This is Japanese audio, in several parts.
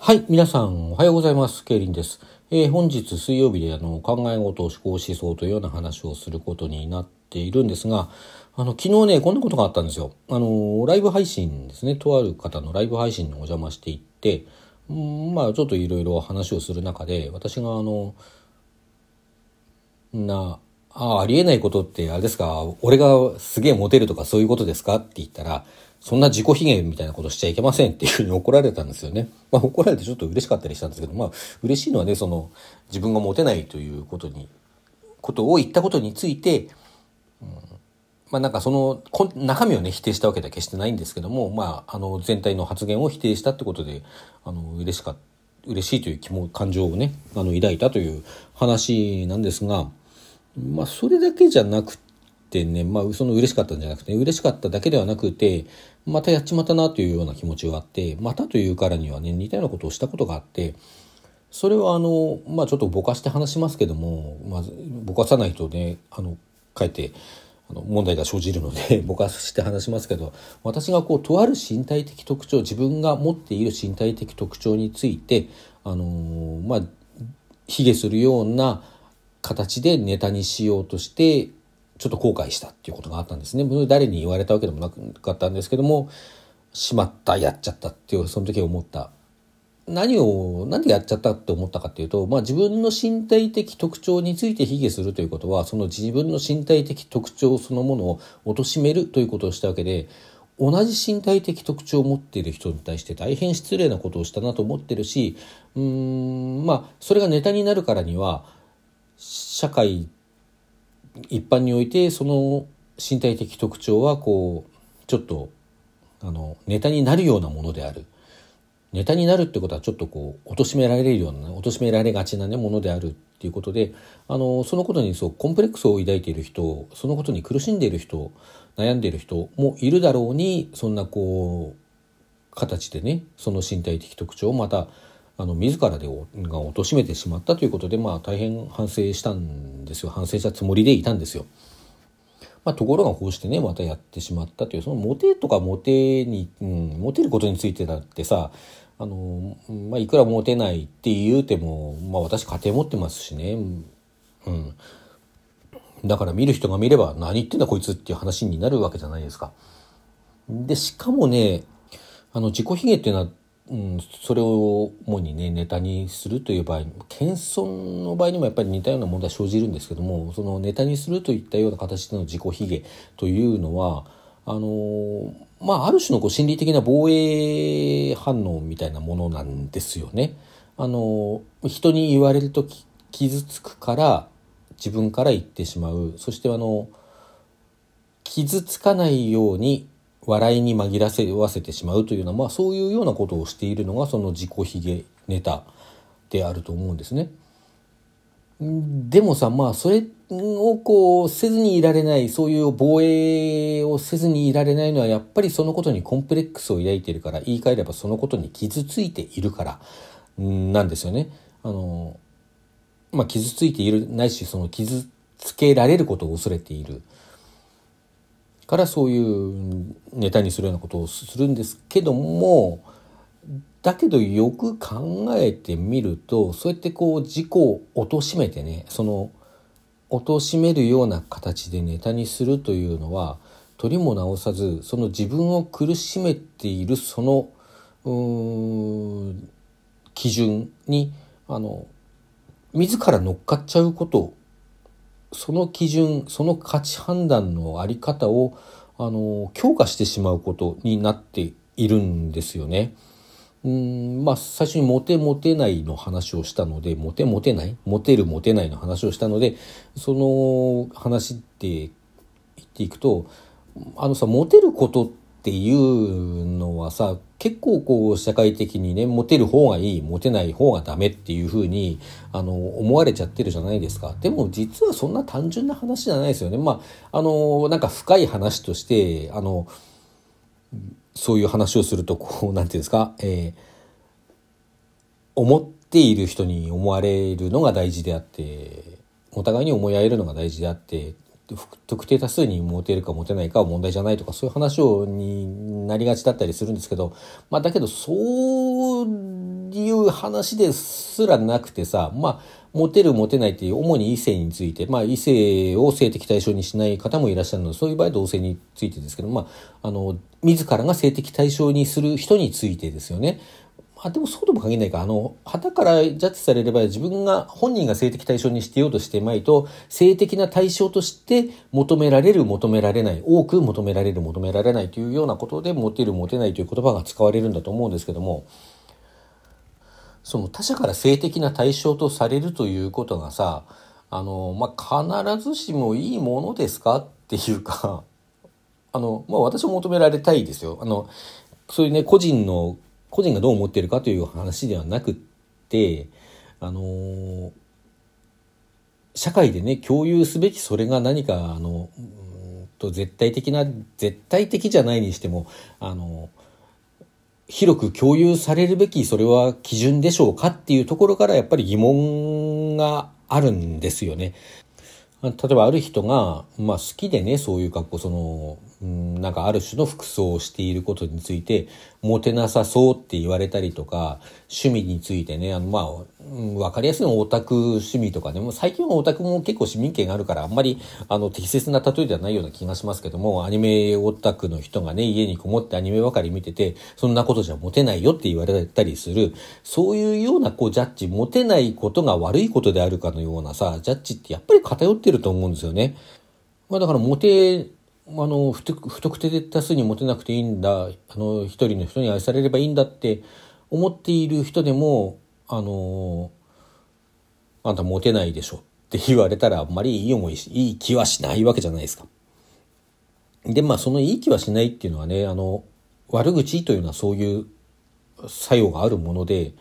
はい、皆さんおはようございます。ケイリンです。本日水曜日で考え事、思考思想というような話をすることになっているんですが、昨日ね、こんなことがあったんですよ。ライブ配信ですね。とある方のライブ配信にお邪魔していって、ちょっといろいろ話をする中で、私がありえないことってあれですか、俺がすげえモテるとかそういうことですかって言ったら、そんな自己卑下みたいなことしちゃいけませんっていうふうに怒られたんですよね。怒られてちょっと嬉しかったりしたんですけど、嬉しいのはね、自分がモテないということを言ったことについて、中身をね否定したわけでは決してないんですけども、全体の発言を否定したってことで嬉しいという感情をね抱いたという話なんですが、それだけじゃなくてね、その嬉しかったんじゃなくて、嬉しかっただけではなくて、またやっちまったなというような気持ちがあって、またというからにはね、似たようなことをしたことがあって、それはちょっとぼかして話しますけども、ぼかさないとね、かえって問題が生じるのでぼかして話しますけど、私がとある身体的特徴、自分が持っている身体的特徴について卑下するような形でネタにしようとしてちょっと後悔したっていうことがあったんですね。誰に言われたわけでもなかったんですけども、しまった、やっちゃったっていうその時思った。なんでやっちゃったって思ったかっていうと、自分の身体的特徴について卑下するということは、その自分の身体的特徴そのものを貶めるということをしたわけで、同じ身体的特徴を持っている人に対して大変失礼なことをしたなと思ってるし、それがネタになるからには、社会一般においてその身体的特徴はちょっとネタになるようなものである。ネタになるってことはちょっと貶められるような、貶められがちなねものであるっていうことで、そのことにコンプレックスを抱いている人、そのことに苦しんでいる人、悩んでいる人もいるだろうに、そんな形でね、その身体的特徴をまた自らが貶めてしまったということで、大変反省したんですよ。反省したつもりでいたんですよ。ところがこうしてね、またやってしまったという、そのモテとかモテることについてだってさ、いくらモテないって言うても、私家庭持ってますしね、だから見る人が見れば何言ってんだこいつっていう話になるわけじゃないですか。で、しかもね、自己卑下っていうのは、それを主にねネタにするという場合、謙遜の場合にもやっぱり似たような問題生じるんですけども、そのネタにするといったような形での自己卑下というのはある種の心理的な防衛反応みたいなものなんですよね。人に言われると傷つくから自分から言ってしまう。そして傷つかないように笑いに紛らわせてしまうというような、そういうようなことをしているのがその自己卑下ネタであると思うんですね。でもさ、それをせずにいられない、そういう防衛をせずにいられないのはやっぱりそのことにコンプレックスを抱いているから、言い換えればそのことに傷ついているからなんですよね。傷ついているないし、その傷つけられることを恐れているからそういうネタにするようなことをするんですけども、だけどよく考えてみると、そうやって自己を貶めてね、その貶めるような形でネタにするというのは、取りも直さずその自分を苦しめているその基準に自ら乗っかっちゃうこと、その基準、その価値判断のあり方を強化してしまうことになっているんですよね。最初にモテないの話をしたので、モテないモテるモテないの話をしたので、その話って言っていくと、モテることっていうのはさ、結構社会的にね、モテる方がいい、モテない方がダメっていう風に思われちゃってるじゃないですか。でも実はそんな単純な話じゃないですよね。なんか深い話としてそういう話をするとなんていうんですか、思っている人に思われるのが大事であって、お互いに思い合えるのが大事であって、特定多数にモテるかモテないかは問題じゃないとか、そういう話になりがちだったりするんですけど、だけどそいう話ですらなくてさ、モテるモテないっていう主に異性について、異性を性的対象にしない方もいらっしゃるので、そういう場合同性についてですけど、自らが性的対象にする人についてですよね。でもそうとも限らないか。旗からジャッジされれば本人が性的対象にしてようとしてまいと、性的な対象として求められる、求められない、多く求められる、求められないというようなことで、モテる、モテないという言葉が使われるんだと思うんですけども、その他者から性的な対象とされるということがさ、必ずしもいいものですかっていうか、私も求められたいですよ。そういうね、個人がどう思っているかという話ではなくって、社会でね、共有すべきそれが何か、絶対的じゃないにしても、広く共有されるべきそれは基準でしょうかっていうところからやっぱり疑問があるんですよね。例えばある人が、好きでね、そういう格好、なんかある種の服装をしていることについて、モテなさそうって言われたりとか、趣味についてね、わかりやすいのはオタク趣味とかね、最近はオタクも結構市民権があるから、あんまり、適切な例えではないような気がしますけども、アニメオタクの人がね、家にこもってアニメばかり見てて、そんなことじゃモテないよって言われたりする、そういうようなジャッジ、モテないことが悪いことであるかのようなさ、ジャッジってやっぱり偏ってると思うんですよね。だから不特定多数にモテなくていいんだ、一人の人に愛されればいいんだって思っている人でも、あんたモテないでしょって言われたらあんまりいい気はしないわけじゃないですか。で、そのいい気はしないっていうのはね、悪口というのはそういう作用があるもので、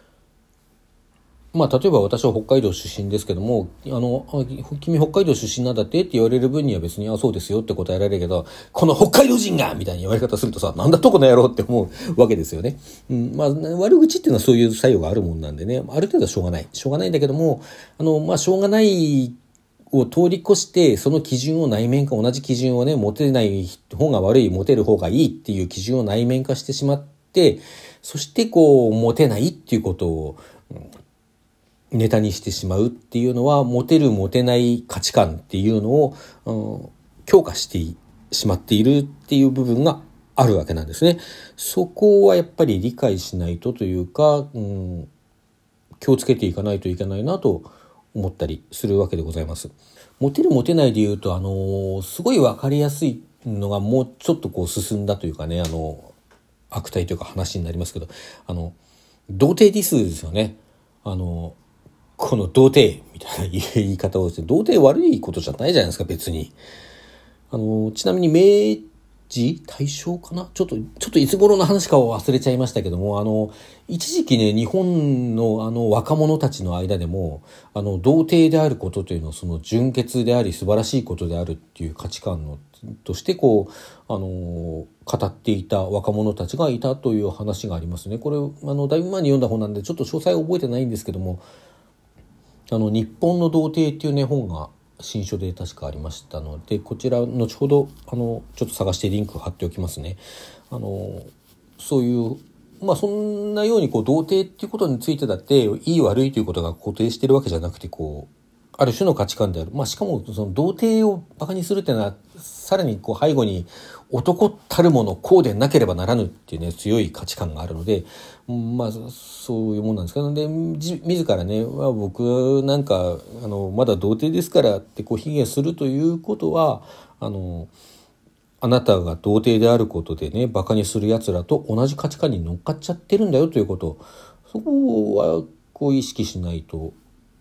例えば私は北海道出身ですけども、君北海道出身なんだってって言われる分には別に、そうですよって答えられるけど、この北海道人がみたいな言われ方するとさ、なんだとこの野郎って思うわけですよね。悪口っていうのはそういう作用があるもんなんでね、ある程度はしょうがない。しょうがないんだけども、しょうがないを通り越して、その基準を内面化、同じ基準をね、モテない方が悪い、モテる方がいいっていう基準を内面化してしまって、そしてモテないっていうことを、ネタにしてしまうっていうのは、モテるモテない価値観っていうのを、強化してしまっているっていう部分があるわけなんですね。そこはやっぱり理解しないとというか、気をつけていかないといけないなと思ったりするわけでございます。モテるモテないで言うと、すごいわかりやすいのがもうちょっと進んだというかね、悪態というか話になりますけど、童貞ディスですよね。この童貞みたいな言い方をして、童貞悪いことじゃないじゃないですか、別に。ちなみに明治大正かなちょっといつ頃の話かを忘れちゃいましたけども、一時期ね、日本の若者たちの間でも、童貞であることというのはその純潔であり素晴らしいことであるっていう価値観として語っていた若者たちがいたという話がありますね。これ、だいぶ前に読んだ本なんで、ちょっと詳細は覚えてないんですけども、日本の童貞っていうね、本が新書で確かありましたので、こちら後ほどちょっと探してリンク貼っておきますね。そういうそんなように童貞っていうことについてだっていい悪いということが固定してるわけじゃなくて、ある種の価値観である。しかもその童貞をバカにするっていうのは、さらに背後に男たるものこうでなければならぬっていうね、強い価値観があるので、そういうもんなんですけど、で、自らね、僕なんか、まだ童貞ですからって卑下するということは、あなたが童貞であることでね、バカにする奴らと同じ価値観に乗っかっちゃってるんだよということを、そこは意識しないと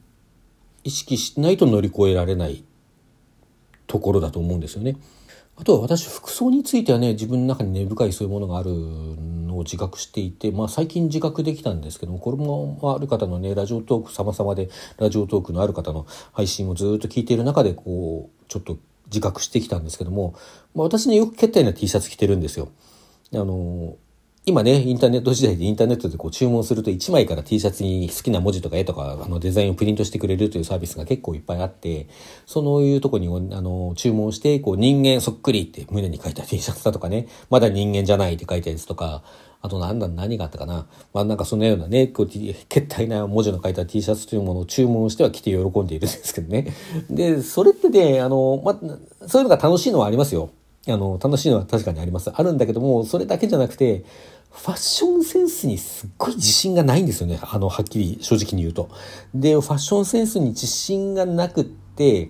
乗り越えられないところだと思うんですよね。あとは私、服装についてはね、自分の中に根深いそういうものがあるのを自覚していて、最近自覚できたんですけども、これもある方のね、ラジオトーク様々で、ラジオトークのある方の配信をずっと聞いている中で、ちょっと自覚してきたんですけども、私ね、よくケッタイな T シャツ着てるんですよ。今ね、インターネット時代でインターネットで注文すると1枚から T シャツに好きな文字とか絵とかデザインをプリントしてくれるというサービスが結構いっぱいあって、そういうとこに注文して人間そっくりって胸に書いた T シャツだとかね、まだ人間じゃないって書いたやつとか、 あと何があったかな。なんかそのようなね、けったいな文字の書いた T シャツというものを注文しては着て喜んでいるんですけどね。で、それってね、そういうのが楽しいのはありますよ。楽しいのは確かにあります。あるんだけども、それだけじゃなくて、ファッションセンスにすっごい自信がないんですよね。はっきり正直に言うと。で、ファッションセンスに自信がなくって、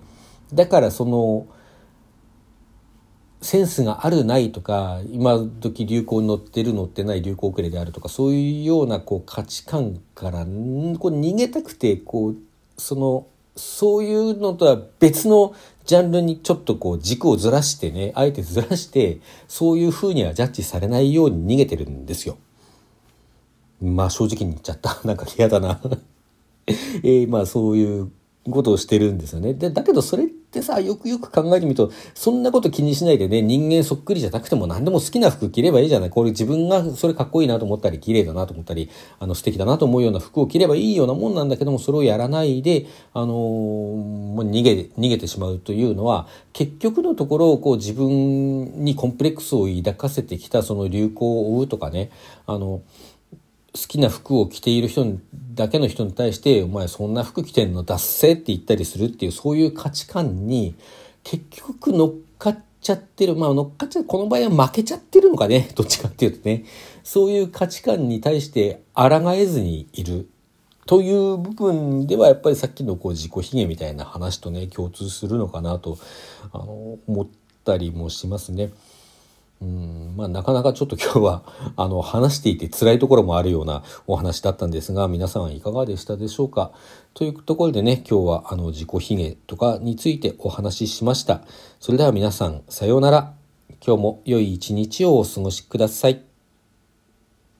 だからその、センスがあるないとか、今時流行に乗ってる乗ってない流行遅れであるとか、そういうような価値観から逃げたくて、そういうのとは別のジャンルにちょっと軸をずらしてね、あえてずらして、そういう風にはジャッジされないように逃げてるんですよ。正直に言っちゃった。なんか嫌だな。そういうことをしてるんですよね。だけどそれってさ、よくよく考えてみると、そんなこと気にしないでね、人間そっくりじゃなくても何でも好きな服着ればいいじゃない。これ自分がそれかっこいいなと思ったり、綺麗だなと思ったり、素敵だなと思うような服を着ればいいようなもんなんだけども、それをやらないで、もう逃げてしまうというのは、結局のところ、自分にコンプレックスを抱かせてきたその流行を追うとかね、好きな服を着ている人だけの人に対して「お前そんな服着てんのダッセ」って言ったりするっていう、そういう価値観に結局乗っかっちゃってる。乗っかっちゃう、この場合は負けちゃってるのかね、どっちかっていうとね。そういう価値観に対して抗えずにいるという部分では、やっぱりさっきの自己卑下みたいな話とね、共通するのかなと思ったりもしますね。なかなかちょっと今日は話していて辛いところもあるようなお話だったんですが、皆さんはいかがでしたでしょうか。というところでね、今日は自己卑下とかについてお話ししました。それでは皆さん、さようなら。今日も良い一日をお過ごしください。